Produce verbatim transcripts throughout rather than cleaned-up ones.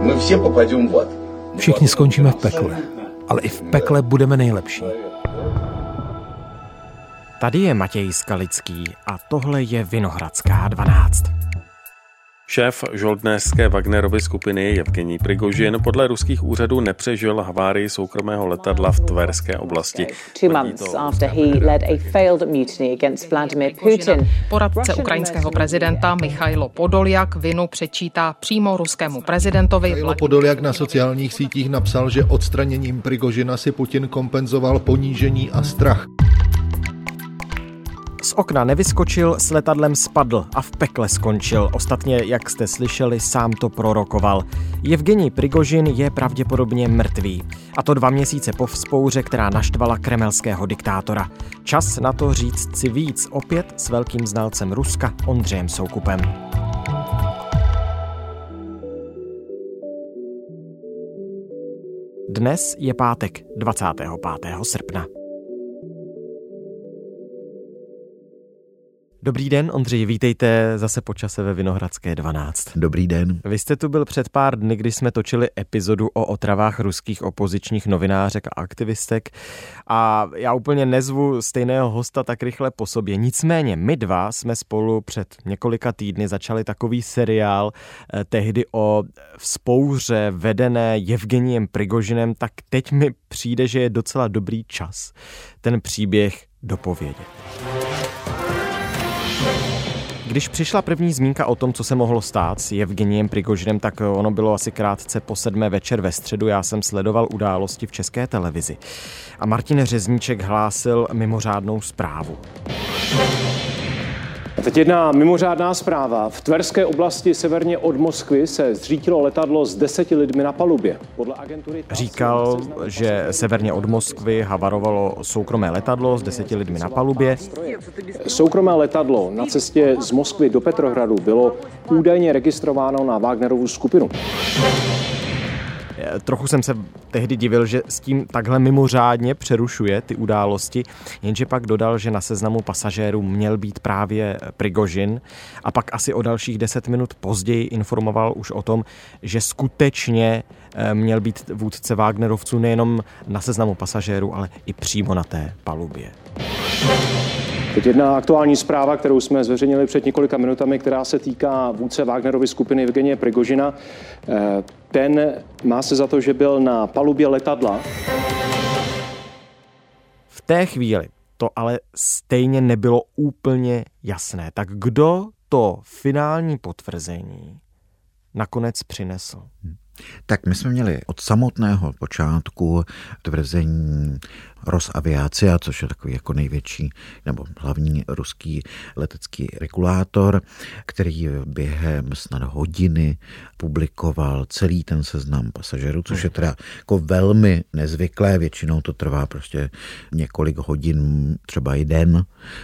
Všichni skončíme v pekle, ale i v pekle budeme nejlepší. Tady je Matěj Skalický a tohle je Vinohradská dvanáct. Šéf žoldnéřské Wagnerovy skupiny Jevgenij Prigožin podle ruských úřadů nepřežil havárii soukromého letadla v Tverské oblasti. Poradce ukrajinského prezidenta Michailo Podoljak vinu přečítá přímo ruskému prezidentovi. Michailo Podoljak na sociálních sítích napsal, že odstraněním Prigožina si Putin kompenzoval ponížení a strach. Z okna nevyskočil, s letadlem spadl a v pekle skončil. Ostatně, jak jste slyšeli, sám to prorokoval. Jevgenij Prigožin je pravděpodobně mrtvý. A to dva měsíce po vzpouře, která naštvala kremelského diktátora. Čas na to říct si víc, opět s velkým znalcem Ruska Ondřejem Soukupem. Dnes je pátek, dvacátého pátého srpna. Dobrý den, Ondřej, vítejte zase po čase ve Vinohradské dvanáct. Dobrý den. Vy jste tu byl před pár dny, když jsme točili epizodu o otravách ruských opozičních novinářek a aktivistek a já úplně nezvu stejného hosta tak rychle po sobě. Nicméně my dva jsme spolu před několika týdny začali takový seriál eh, tehdy o vzpouře vedené Jevgenijem Prigožinem, tak teď mi přijde, že je docela dobrý čas ten příběh dopovědět. Když přišla první zmínka o tom, co se mohlo stát s Jevgenijem Prigožinem, tak ono bylo asi krátce po sedmé večer ve středu. Já jsem sledoval události v České televizi. A Martin Řezníček hlásil mimořádnou zprávu. A teď jedna mimořádná zpráva. V Tverské oblasti severně od Moskvy se zřítilo letadlo s deseti lidmi na palubě. Podle agentury Říkal, že severně od Moskvy havarovalo soukromé letadlo s deseti lidmi na palubě. Soukromé letadlo na cestě z Moskvy do Petrohradu bylo údajně registrováno na Wagnerovu skupinu. Trochu jsem se tehdy divil, že s tím takhle mimořádně přerušuje ty události, jenže pak dodal, že na seznamu pasažérů měl být právě Prigožin a pak asi o dalších deset minut později informoval už o tom, že skutečně měl být vůdce Wagnerovců nejenom na seznamu pasažérů, ale i přímo na té palubě. Teď jedna aktuální zpráva, kterou jsme zveřejnili před několika minutami, která se týká vůdce Wagnerovy skupiny Jevgenije Prigožina. Ten má se za to, že byl na palubě letadla. V té chvíli to ale stejně nebylo úplně jasné. Tak kdo to finální potvrzení nakonec přinesl? Tak my jsme měli od samotného počátku tvrzení Rosaviacia, což je takový jako největší nebo hlavní ruský letecký regulátor, který během snad hodiny publikoval celý ten seznam pasažerů, což je teda jako velmi nezvyklé, většinou to trvá prostě několik hodin, třeba i den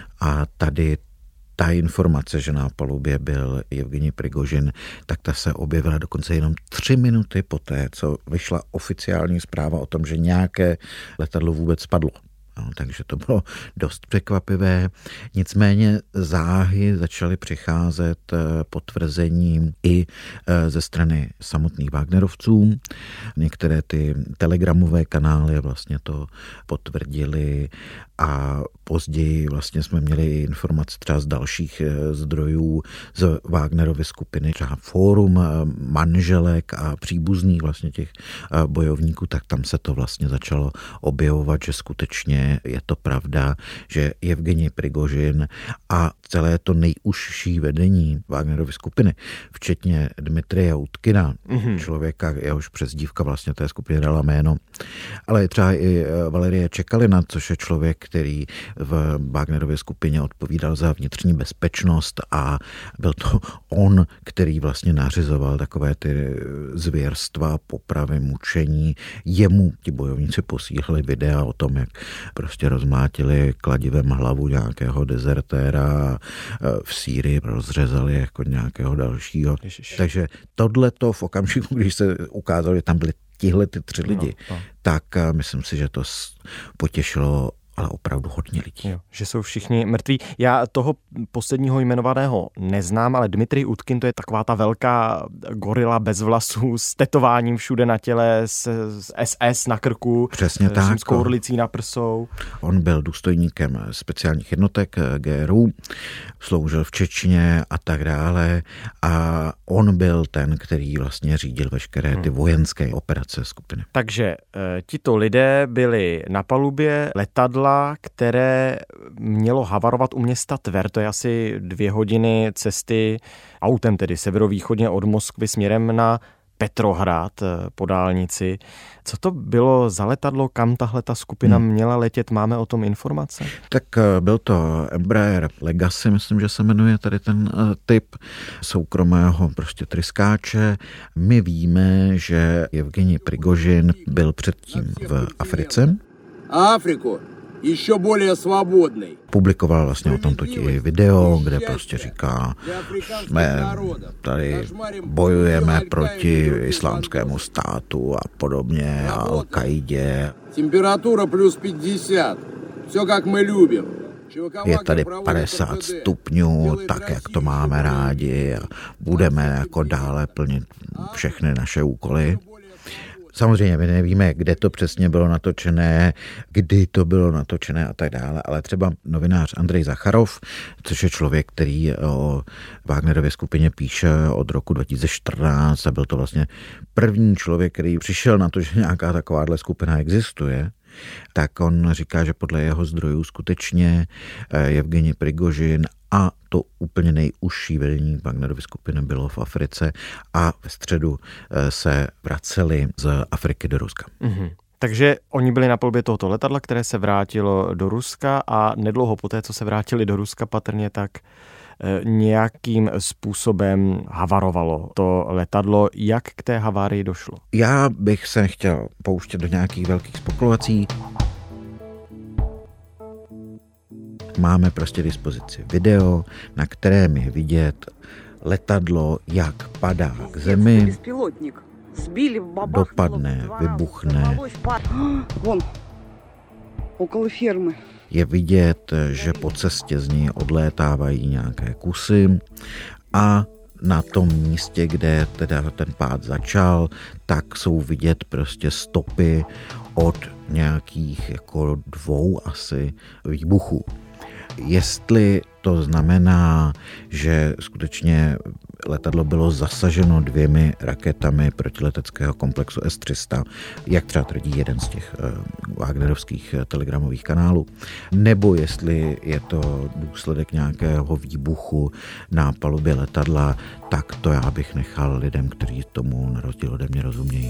a tady ta informace, že na palubě byl Jevgenij Prigožin, tak ta se objevila dokonce jenom tři minuty poté, co vyšla oficiální zpráva o tom, že nějaké letadlo vůbec spadlo. No, takže to bylo dost překvapivé. Nicméně záhy začaly přicházet potvrzení i ze strany samotných Wagnerovců. Některé ty telegramové kanály vlastně to potvrdili a později vlastně jsme měli informace třeba z dalších zdrojů z Wagnerovy skupiny, třeba fórum manželek a příbuzných vlastně těch bojovníků, tak tam se to vlastně začalo objevovat, že skutečně je to pravda, že Jevgenij Prigožin a celé to nejužší vedení Wagnerovy skupiny, včetně Dmitrija Utkina, mm-hmm. člověka, jehož přezdívka vlastně té skupiny dala jméno, ale třeba i Valerie Čekalina, což je člověk, který v Wagnerově skupině odpovídal za vnitřní bezpečnost a byl to on, který vlastně nařizoval takové ty zvěrstva, popravy, mučení. Jemu ti bojovníci posílali videa o tom, jak prostě rozmlátili kladivem hlavu nějakého dezertéra a v Sýrii rozřezali jako nějakého dalšího. Ježiš. Takže tohleto v okamžiku, když se ukázalo, že tam byli tihle ty tři lidi, no, no. tak myslím si, že to potěšilo ale opravdu hodně lidí. Jo, že jsou všichni mrtví. Já toho posledního jmenovaného neznám, ale Dmitrij Utkin, to je taková ta velká gorila bez vlasů s tetováním všude na těle, s, s S S na krku, přesně s římskou orlicí na prsou. On byl důstojníkem speciálních jednotek G R U, sloužil v Čečně a tak dále a on byl ten, který vlastně řídil veškeré ty vojenské operace skupiny. Takže e, tito lidé byli na palubě letadla, které mělo havarovat u města Tver, to je asi dvě hodiny cesty autem, tedy severovýchodně od Moskvy směrem na Petrohrad po dálnici. Co to bylo za letadlo, kam tahle ta skupina hmm. měla letět? Máme o tom informace? Tak byl to Embraer Legacy, myslím, že se jmenuje tady ten typ soukromého prostě tryskáče. My víme, že Jevgenij Prigožin byl předtím v Africe. Afriku ještě bolее svobodný. Publikoval vlastně o tomto i video, kde prostě říká, jsme tady bojujeme proti islámskému státu a podobně, a Al-Kaidě. Temperatura plus padesát, все jak my любим. Je tady padesát stupňů, tak jak to máme rádi a budeme jako dále plnit všechny naše úkoly. Samozřejmě my nevíme, kde to přesně bylo natočené, kdy to bylo natočené a tak dále, ale třeba novinář Andrej Zacharov, což je člověk, který o Wagnerově skupině píše od roku dva tisíce čtrnáct a byl to vlastně první člověk, který přišel na to, že nějaká takováhle skupina existuje, tak on říká, že podle jeho zdrojů skutečně Jevgenij Prigožin a to úplně nejužší vedení Wagnerovy skupiny bylo v Africe a ve středu se vraceli z Afriky do Ruska. Mm-hmm. Takže oni byli na palubě tohoto letadla, které se vrátilo do Ruska a nedlouho poté, co se vrátili do Ruska, patrně tak nějakým způsobem havarovalo to letadlo. Jak k té havárii došlo? Já bych se chtěl pouštět do nějakých velkých spekulací. Máme prostě dispozici video, na kterém je vidět letadlo, jak padá k zemi, dopadne, vybuchne. Je vidět, že po cestě z ní odlétávají nějaké kusy a na tom místě, kde teda ten pád začal, tak jsou vidět prostě stopy od nějakých jako dvou asi výbuchů. Jestli to znamená, že skutečně letadlo bylo zasaženo dvěmi raketami protileteckého komplexu S tři sta, jak třeba tvrdí jeden z těch wagnerovských telegramových kanálů, nebo jestli je to důsledek nějakého výbuchu na palubě letadla, tak to já bych nechal lidem, kteří tomu na rozdíl ode mě rozumějí.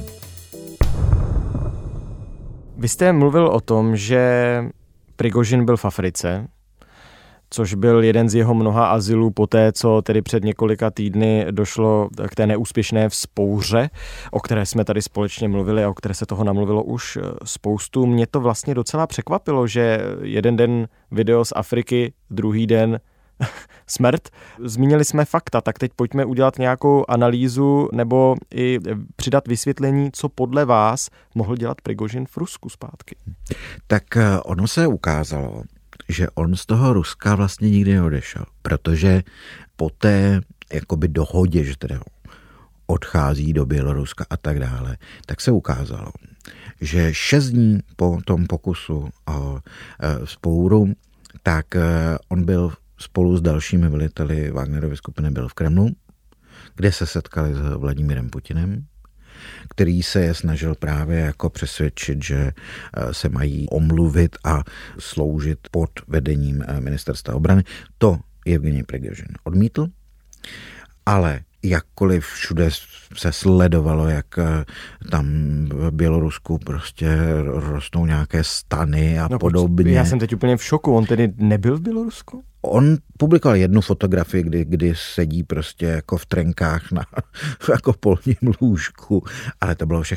Vy jste mluvil o tom, že Prigožin byl v Africe, což byl jeden z jeho mnoha azylů poté, co tedy před několika týdny došlo k té neúspěšné vzpouře, o které jsme tady společně mluvili a o které se toho namluvilo už spoustu. Mě to vlastně docela překvapilo, že jeden den video z Afriky, druhý den smrt. Zmínili jsme fakta, tak teď pojďme udělat nějakou analýzu nebo i přidat vysvětlení, co podle vás mohl dělat Prigožin v Rusku zpátky. Tak ono se ukázalo, že on z toho Ruska vlastně nikdy neodešel, protože po té jakoby dohodě, že teda odchází do Běloruska a tak dále, tak se ukázalo, že šest dní po tom pokusu o vzpouru, tak on byl spolu s dalšími veliteli Wagnerovy skupiny byl v Kremlu, kde se setkali s Vladimírem Putinem, který se je snažil právě jako přesvědčit, že se mají omluvit a sloužit pod vedením ministerstva obrany. To Jevgenij Prigožin odmítl, ale jakkoliv všude se sledovalo, jak tam v Bělorusku prostě rostou nějaké stany a no, podobně. Já jsem teď úplně v šoku, on tedy nebyl v Bělorusku? On publikoval jednu fotografii, kdy, kdy sedí prostě jako v trenkách na jako polním lůžku, ale to bylo všechno.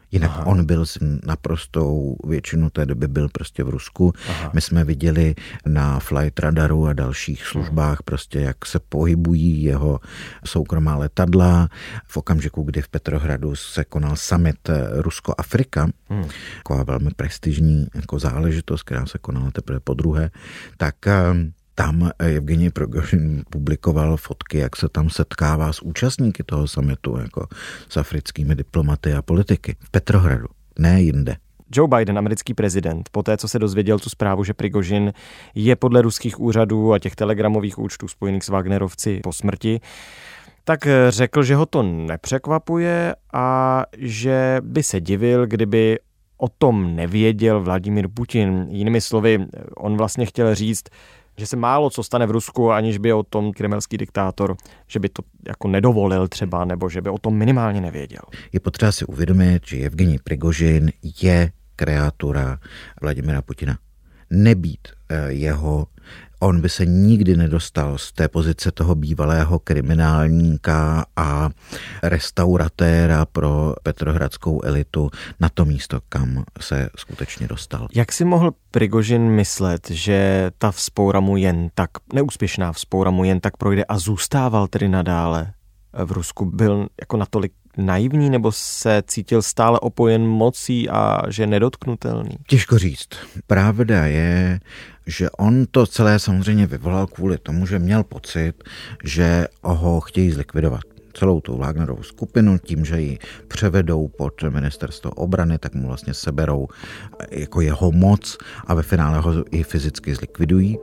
Jinak Aha. on byl naprostou většinu té doby byl prostě v Rusku. Aha. My jsme viděli na flight radaru a dalších službách prostě, jak se pohybují jeho soukromá letadla. V okamžiku, kdy v Petrohradu se konal summit Rusko-Afrika, hmm. taková velmi prestižní jako záležitost, která se konala teprve po druhé, tak tam Evgenij Prigožin publikoval fotky, jak se tam setkává s účastníky toho summitu, jako s africkými diplomaty a politiky. V Petrohradu, ne jinde. Joe Biden, americký prezident, poté, co se dozvěděl tu zprávu, že Prigožin je podle ruských úřadů a těch telegramových účtů spojených s Wagnerovci po smrti, tak řekl, že ho to nepřekvapuje a že by se divil, kdyby o tom nevěděl Vladimír Putin. Jinými slovy, on vlastně chtěl říct, že se málo co stane v Rusku, aniž by o tom kremelský diktátor, že by to jako nedovolil třeba, nebo že by o tom minimálně nevěděl. Je potřeba si uvědomit, že Evgenij Prigožin je kreatura Vladimira Putina. Nebýt jeho, on by se nikdy nedostal z té pozice toho bývalého kriminálníka a restauratéra pro petrohradskou elitu na to místo, kam se skutečně dostal. Jak si mohl Prigožin myslet, že ta vzpoura mu jen tak, neúspěšná vzpoura mu jen tak projde a zůstával tedy nadále v Rusku? Byl jako natolik naivní, nebo se cítil stále opojen mocí a že nedotknutelný? Těžko říct. Pravda je, že on to celé samozřejmě vyvolal kvůli tomu, že měl pocit, že ho chtějí zlikvidovat. Celou tu Wagnerovu skupinu, tím, že ji převedou pod ministerstvo obrany, tak mu vlastně seberou jako jeho moc a ve finále ho i fyzicky zlikvidují.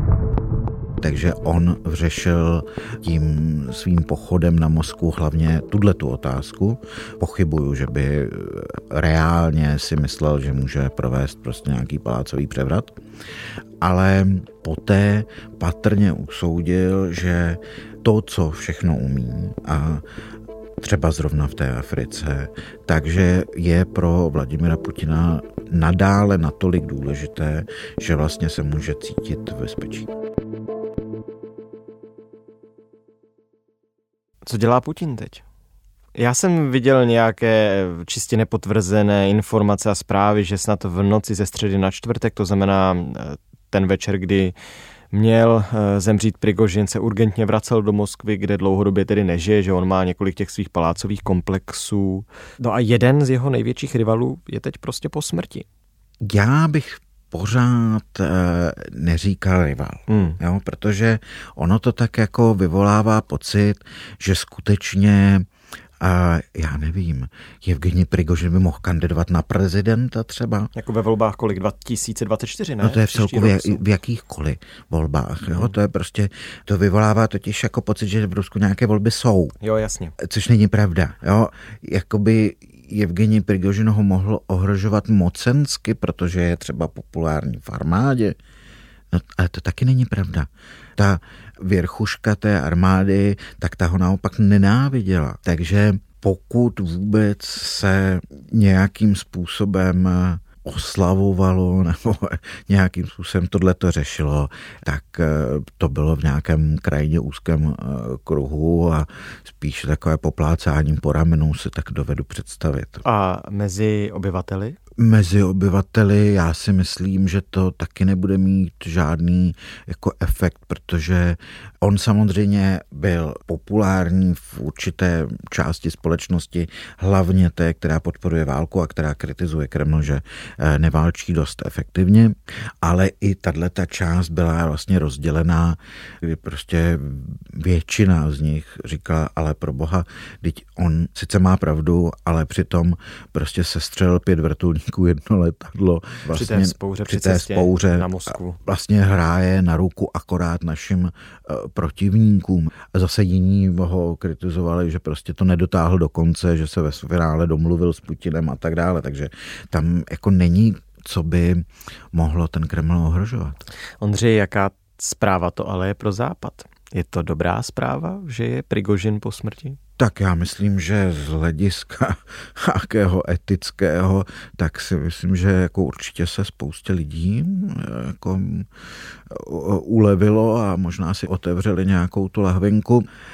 Takže on řešil tím svým pochodem na Moskvu hlavně tuto otázku. Pochybuju, že by reálně si myslel, že může provést prostě nějaký palácový převrat. Ale poté patrně usoudil, že to, co všechno umí a třeba zrovna v té Africe, takže je pro Vladimira Putina nadále natolik důležité, že vlastně se může cítit v bezpečí. Co dělá Putin teď? Já jsem viděl nějaké čistě nepotvrzené informace a zprávy, že snad v noci ze středy na čtvrtek, to znamená ten večer, kdy měl zemřít Prigožin, se urgentně vracel do Moskvy, kde dlouhodobě tedy nežije, že on má několik těch svých palácových komplexů. No a jeden z jeho největších rivalů je teď prostě po smrti. Já bych pořád e, neříkal rival, hmm. jo, protože ono to tak jako vyvolává pocit, že skutečně a já nevím, Evgenij Prigožin by mohl kandidovat na prezidenta třeba. Jako ve volbách kolik? dva tisíce dvacet čtyři, ne? No to je v celkově v jakýchkoliv volbách. Jo? Hmm. To je prostě, to vyvolává totiž jako pocit, že v Rusku nějaké volby jsou. Jo, jasně. Což není pravda. Jo? Jakoby Evgenij Prigožin ho mohl ohrožovat mocensky, protože je třeba populární v armádě. No, ale to taky není pravda. Ta věrchuška té armády, tak ta ho naopak nenáviděla. Takže pokud vůbec se nějakým způsobem oslavovalo nebo nějakým způsobem tohleto řešilo, tak to bylo v nějakém krajně úzkém kruhu a spíš takové poplácáním po ramenu si tak dovedu představit. A mezi obyvateli? Mezi obyvateli já si myslím, že to taky nebude mít žádný jako efekt, protože on samozřejmě byl populární v určité části společnosti, hlavně té, která podporuje válku a která kritizuje Kreml, že neválčí dost efektivně, ale i tato část byla vlastně rozdělená, kdy prostě většina z nich říkala, ale pro boha, teď on sice má pravdu, ale přitom prostě sestřelil pět vrtulníků, jedno letadlo. Vlastně, při té vzpouře, při té vzpouře na Moskvu. Vlastně hraje na ruku akorát našim uh, protivníkům. A zase jiní ho kritizovali, že prostě to nedotáhl do konce, že se ve finále domluvil s Putinem a tak dále, takže tam jako není, co by mohlo ten Kreml ohrožovat. Ondřej, jaká zpráva to ale je pro Západ? Je to dobrá zpráva, že je Prigožin po smrti? Tak já myslím, že z hlediska nějakého etického, tak si myslím, že jako určitě se spoustě lidí jako ulevilo a možná si otevřeli nějakou tu lahvinku.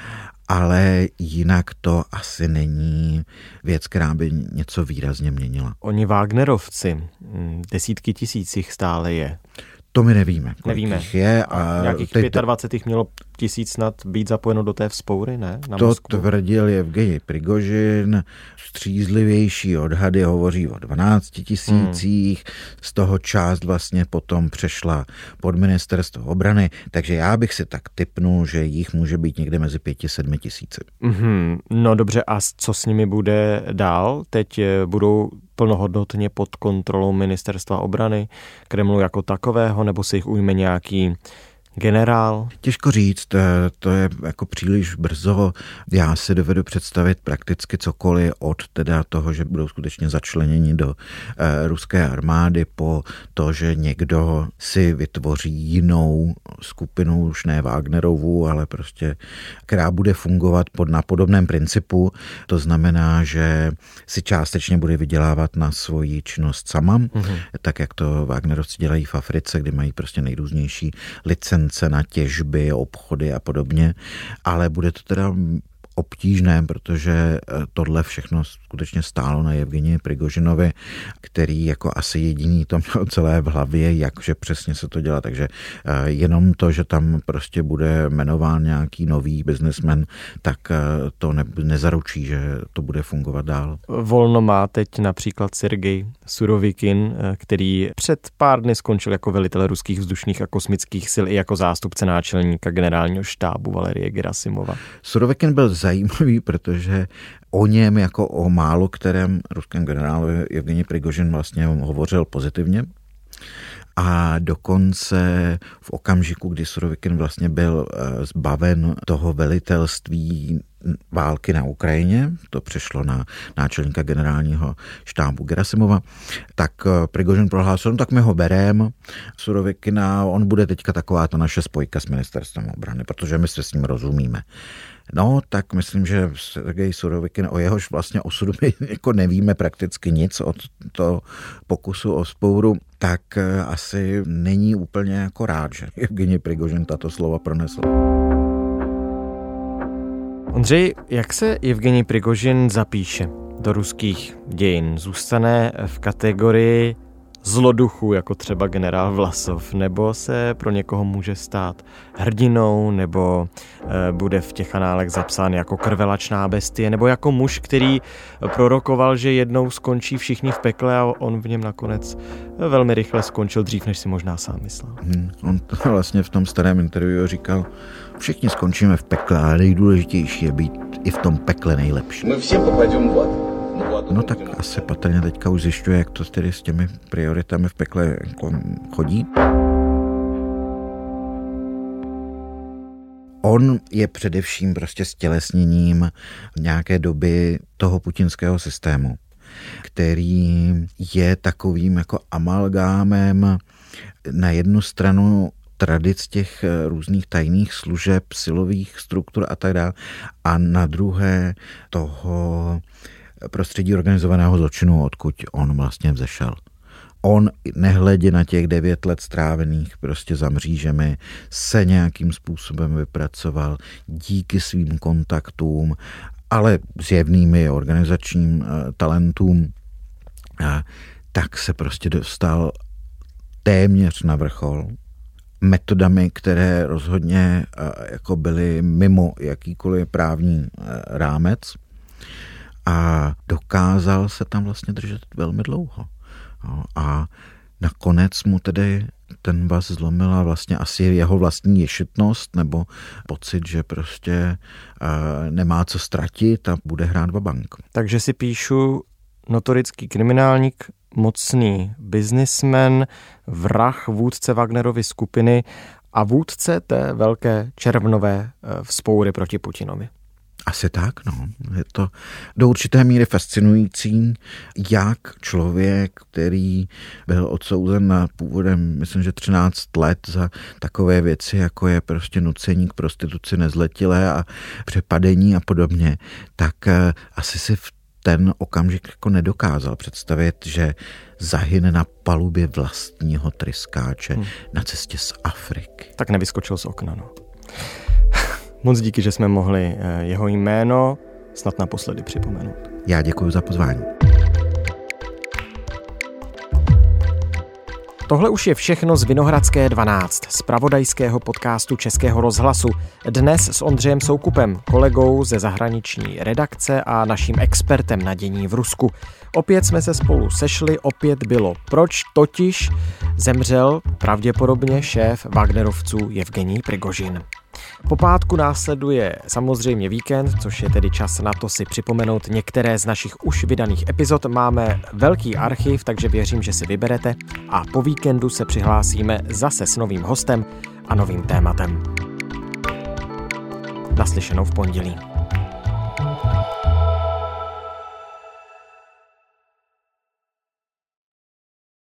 ale jinak to asi není věc, která by něco výrazně měnila. Oni Wagnerovci, desítky tisíc jich stále je. To my nevíme, kolik nevíme. jich je. A nějakých teď... dvacet pět jich mělo tisíc snad být zapojeno do té vzpoury, ne? Na to Moskvu. Tvrdil Jevgenij Prigožin, střízlivější odhady hovoří o dvanácti tisících, hmm. z toho část vlastně potom přešla pod ministerstvo obrany, takže já bych si tak tipnul, že jich může být někde mezi pěti sedmi tisíci. Mm-hmm. No dobře, a co s nimi bude dál? Teď budou plnohodnotně pod kontrolou ministerstva obrany, Kremlu jako takového, nebo se jich ujme nějaký generál? Těžko říct, to je jako příliš brzo. Já si dovedu představit prakticky cokoliv od teda toho, že budou skutečně začleněni do eh, ruské armády, po to, že někdo si vytvoří jinou skupinu, už ne Wagnerovu, ale prostě, která bude fungovat pod na podobném principu. To znamená, že si částečně bude vydělávat na svoji činnost sama, mm-hmm. tak jak to Wagnerovci dělají v Africe, kde mají prostě nejrůznější licence na těžby, obchody a podobně, ale bude to teda obtížné, protože tohle všechno skutečně stálo na Jevgeniji Prigožinovi, který jako asi jediný to měl celé v hlavě, jakže přesně se to dělá, takže jenom to, že tam prostě bude jmenován nějaký nový biznesmen, tak to ne, nezaručí, že to bude fungovat dál. Volno má teď například Sergej Surovikin, který před pár dny skončil jako velitel ruských vzdušných a kosmických sil i jako zástupce náčelníka generálního štábu Valerie Gerasimova. Surovikin byl zajímavý, protože o něm jako o málo kterém ruském generálovi Jevgenij Prigožin vlastně hovořil pozitivně. A dokonce v okamžiku, kdy Surovikin vlastně byl zbaven toho velitelství války na Ukrajině, to přešlo na náčelníka generálního štábu Gerasimova, tak Prigožin prohlásil, no tak my ho bereme, Surovikina, on bude teďka taková ta naše spojka s ministerstvem obrany, protože my se s ním rozumíme. No, tak myslím, že Sergej Surovikin, o jehož vlastně osudu my jako nevíme prakticky nic od toho pokusu o vzpouru, tak asi není úplně jako rád, že Jevgenij Prigožin tato slova pronesl. Ondřej, jak se Jevgenij Prigožin zapíše do ruských dějin? Zůstane v kategorii zloduchů, jako třeba generál Vlasov, nebo se pro někoho může stát hrdinou, nebo e, bude v těch análech zapsán jako krvelačná bestie, nebo jako muž, který prorokoval, že jednou skončí všichni v pekle a on v něm nakonec velmi rychle skončil dřív, než si možná sám myslel. Hmm, on to vlastně v tom starém interview říkal, všichni skončíme v pekle, ale nejdůležitější je být i v tom pekle nejlepší. My všichni popademe v ad. No tak asi patrně teďka už zjišťuje, jak to tedy s těmi prioritami v pekle chodí. On je především prostě stělesněním nějaké doby toho putinského systému, který je takovým jako amalgámem na jednu stranu tradic těch různých tajných služeb, silových struktur a tak dále, a na druhé toho prostředí organizovaného zločinu, odkud on vlastně vzešel. On, nehledě na těch devět let strávených prostě za mřížemi, se nějakým způsobem vypracoval díky svým kontaktům, ale zjevnými organizačním talentům, tak se prostě dostal téměř na vrchol metodami, které rozhodně jako byly mimo jakýkoliv právní rámec, a dokázal se tam vlastně držet velmi dlouho. A nakonec mu tedy ten vaz zlomila vlastně asi jeho vlastní ješitnost nebo pocit, že prostě nemá co ztratit a bude hrát vabank. Takže si píšu notorický kriminálník, mocný biznismen, vrah vůdce Wagnerovy skupiny a vůdce té velké červnové vzpoury proti Putinovi. Asi tak, no. Je to do určité míry fascinující, jak člověk, který byl odsouzen na původem, myslím, že třináct let za takové věci, jako je prostě nucení k prostituci nezletilé a přepadení a podobně, tak asi si v ten okamžik jako nedokázal představit, že zahyne na palubě vlastního tryskáče hmm. na cestě z Afriky. Tak nevyskočil z okna, no. Moc díky, že jsme mohli jeho jméno snad naposledy připomenout. Já děkuji za pozvání. Tohle už je všechno z Vinohradské dvanáct, z zpravodajského podcastu Českého rozhlasu. Dnes s Ondřejem Soukupem, kolegou ze zahraniční redakce a naším expertem na dění v Rusku. Opět jsme se spolu sešli, opět bylo proč, totiž zemřel pravděpodobně šéf Wagnerovců Jevgenij Prigožin. Po pátku následuje samozřejmě víkend, což je tedy čas na to si připomenout některé z našich už vydaných epizod. Máme velký archiv, takže věřím, že si vyberete a po víkendu se přihlásíme zase s novým hostem a novým tématem. Naslyšenou v pondělí.